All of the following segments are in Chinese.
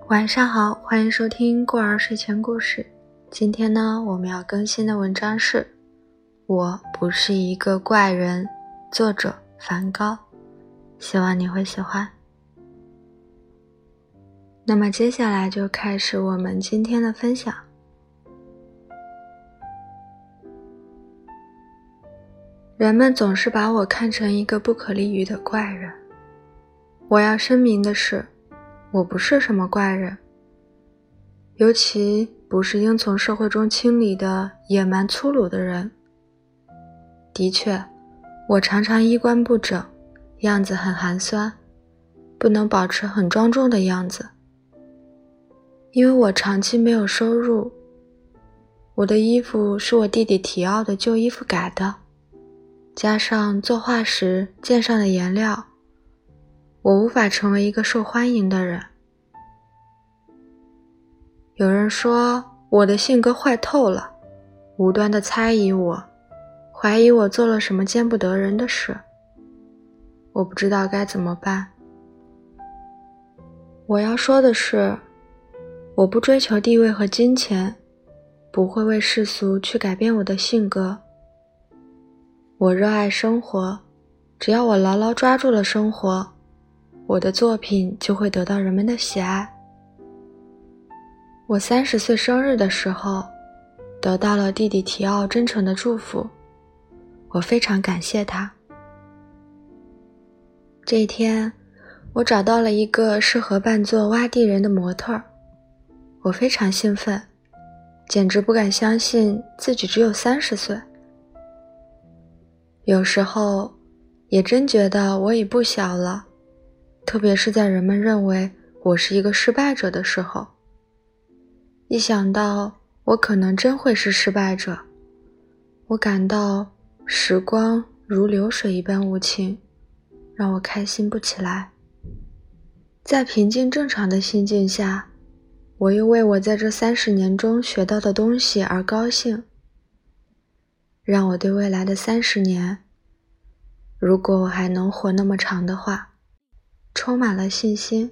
晚上好，欢迎收听过儿睡前故事。今天呢，我们要更新的文章是我不是一个怪人，作者梵高，希望你会喜欢。那么接下来就开始我们今天的分享。人们总是把我看成一个不可理喻的怪人。我要声明的是，我不是什么怪人，尤其不是应从社会中清理的野蛮粗鲁的人。的确，我常常衣冠不整，样子很寒酸，不能保持很庄重的样子。因为我长期没有收入，我的衣服是我弟弟提奥的旧衣服改的，加上作画时溅上的颜料，我无法成为一个受欢迎的人。有人说我的性格坏透了，无端地猜疑我，怀疑我做了什么见不得人的事。我不知道该怎么办。我要说的是，我不追求地位和金钱，不会为世俗去改变我的性格。我热爱生活，只要我牢牢抓住了生活，我的作品就会得到人们的喜爱。我30岁生日的时候，得到了弟弟提奥真诚的祝福，我非常感谢他。这一天，我找到了一个适合扮作洼地人的模特，我非常兴奋，简直不敢相信自己只有30岁。有时候也真觉得我已不小了，特别是在人们认为我是一个失败者的时候。一想到我可能真会是失败者，我感到时光如流水一般无情，让我开心不起来。在平静正常的心境下，我又为我在这30年中学到的东西而高兴，让我对未来的30年，如果我还能活那么长的话，充满了信心。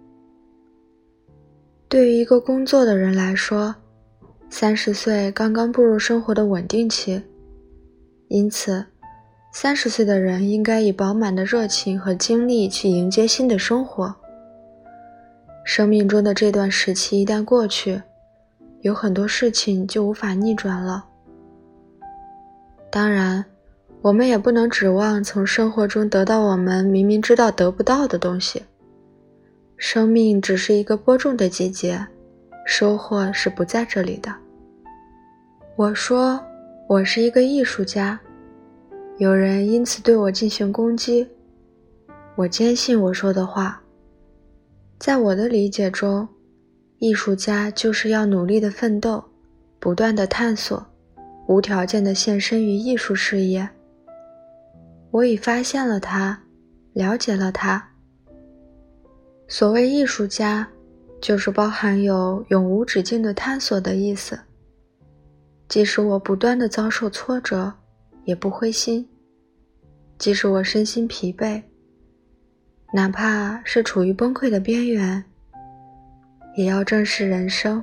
对于一个工作的人来说，30岁刚刚步入生活的稳定期，因此30岁的人应该以饱满的热情和精力去迎接新的生活。生命中的这段时期一旦过去，有很多事情就无法逆转了。当然，我们也不能指望从生活中得到我们明明知道得不到的东西。生命只是一个播种的季节，收获是不在这里的。我说我是一个艺术家，有人因此对我进行攻击。我坚信我说的话。在我的理解中，艺术家就是要努力的奋斗，不断的探索，无条件的献身于艺术事业。我已发现了它，了解了它。所谓艺术家，就是包含有永无止境的探索的意思。即使我不断地遭受挫折，也不灰心；即使我身心疲惫，哪怕是处于崩溃的边缘，也要正视人生。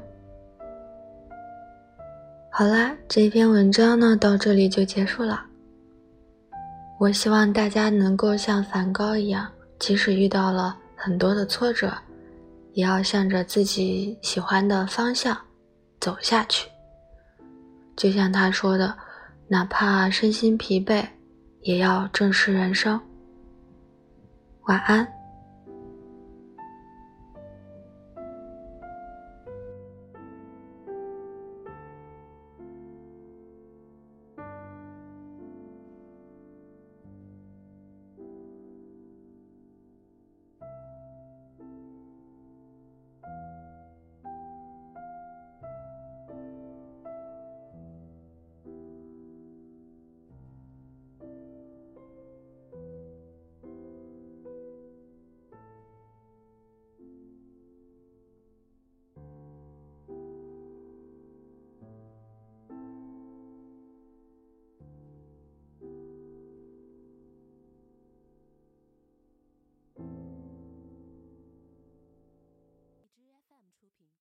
好啦，这篇文章呢，到这里就结束了。我希望大家能够像梵高一样，即使遇到了很多的挫折，也要向着自己喜欢的方向走下去。就像他说的，哪怕身心疲惫，也要正视人生。晚安。